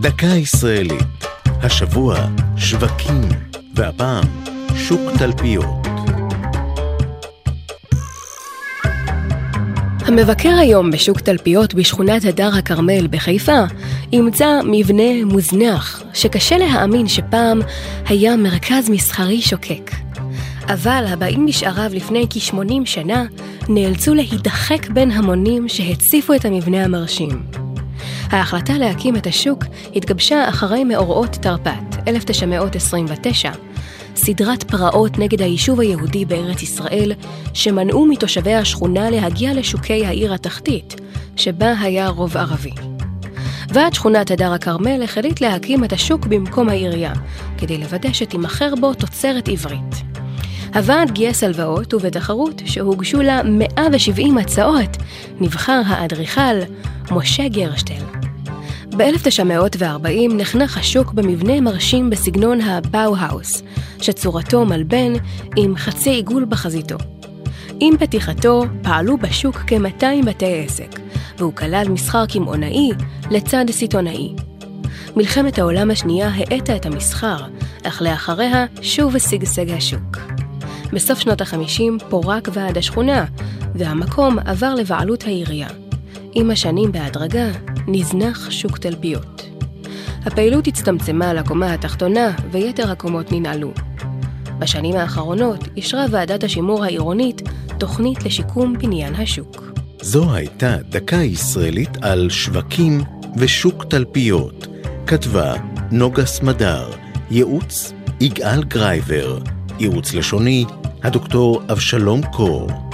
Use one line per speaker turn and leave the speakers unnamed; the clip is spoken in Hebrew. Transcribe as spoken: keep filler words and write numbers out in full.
דקה ישראלית. השבוע שווקים, והפעם שוק תלפיות.
המבקר היום בשוק תלפיות בשכונת הדר הכרמל בחיפה ימצא מבנה מוזנח שקשה להאמין שפעם היה מרכז מסחרי שוקק. אבל הבאים בשעריו לפני כ-שמונים שנה נאלצו להידחק בין המונים שהציפו את המבנה המרשים. ההחלטה להקים את השוק התגבשה אחרי מאורעות תרפ"ט אלף תשע מאות עשרים ותשע, סדרת פרעות נגד היישוב היהודי בארץ ישראל שמנעו מתושבי השכונה להגיע לשוקי העיר התחתית, שבה היה רוב ערבי. ועד שכונת הדר הכרמל החליט להקים את השוק במקום העירייה, כדי לוודא שתימכר בו תוצרת עברית. הוועד גייס הלוואות, ובתחרות שהוגשו לה מאה ושבעים הצעות, נבחר האדריכל משה גרשטל. ב-אלף תשע מאות וארבעים נחנך השוק במבנה מרשים בסגנון הבאו-האוס, שצורתו מלבן עם חצי עיגול בחזיתו. עם פתיחתו פעלו בשוק כ-מאתיים בתי עסק, והוא כלל מסחר קמעונאי לצד סיטונאי. מלחמת העולם השנייה האטה את המסחר, אך לאחריה שוב שגשג השוק. בסוף שנות ה-חמישים פורק ועד השכונה, והמקום עבר לבעלות העירייה. עם השנים בהדרגה נזנח שוק תלפיות. הפעילות הצטמצמה לקומה התחתונה ויתר הקומות ננעלו. בשנים האחרונות אישרה ועדת השימור העירונית תוכנית לשיקום בניין השוק.
זו הייתה דקה ישראלית על שווקים ושוק תלפיות. כתבה נוגה סמדר, ייעוץ יגאל גרייבר, ייעוץ לשוני הדוקטור אבשלום קור.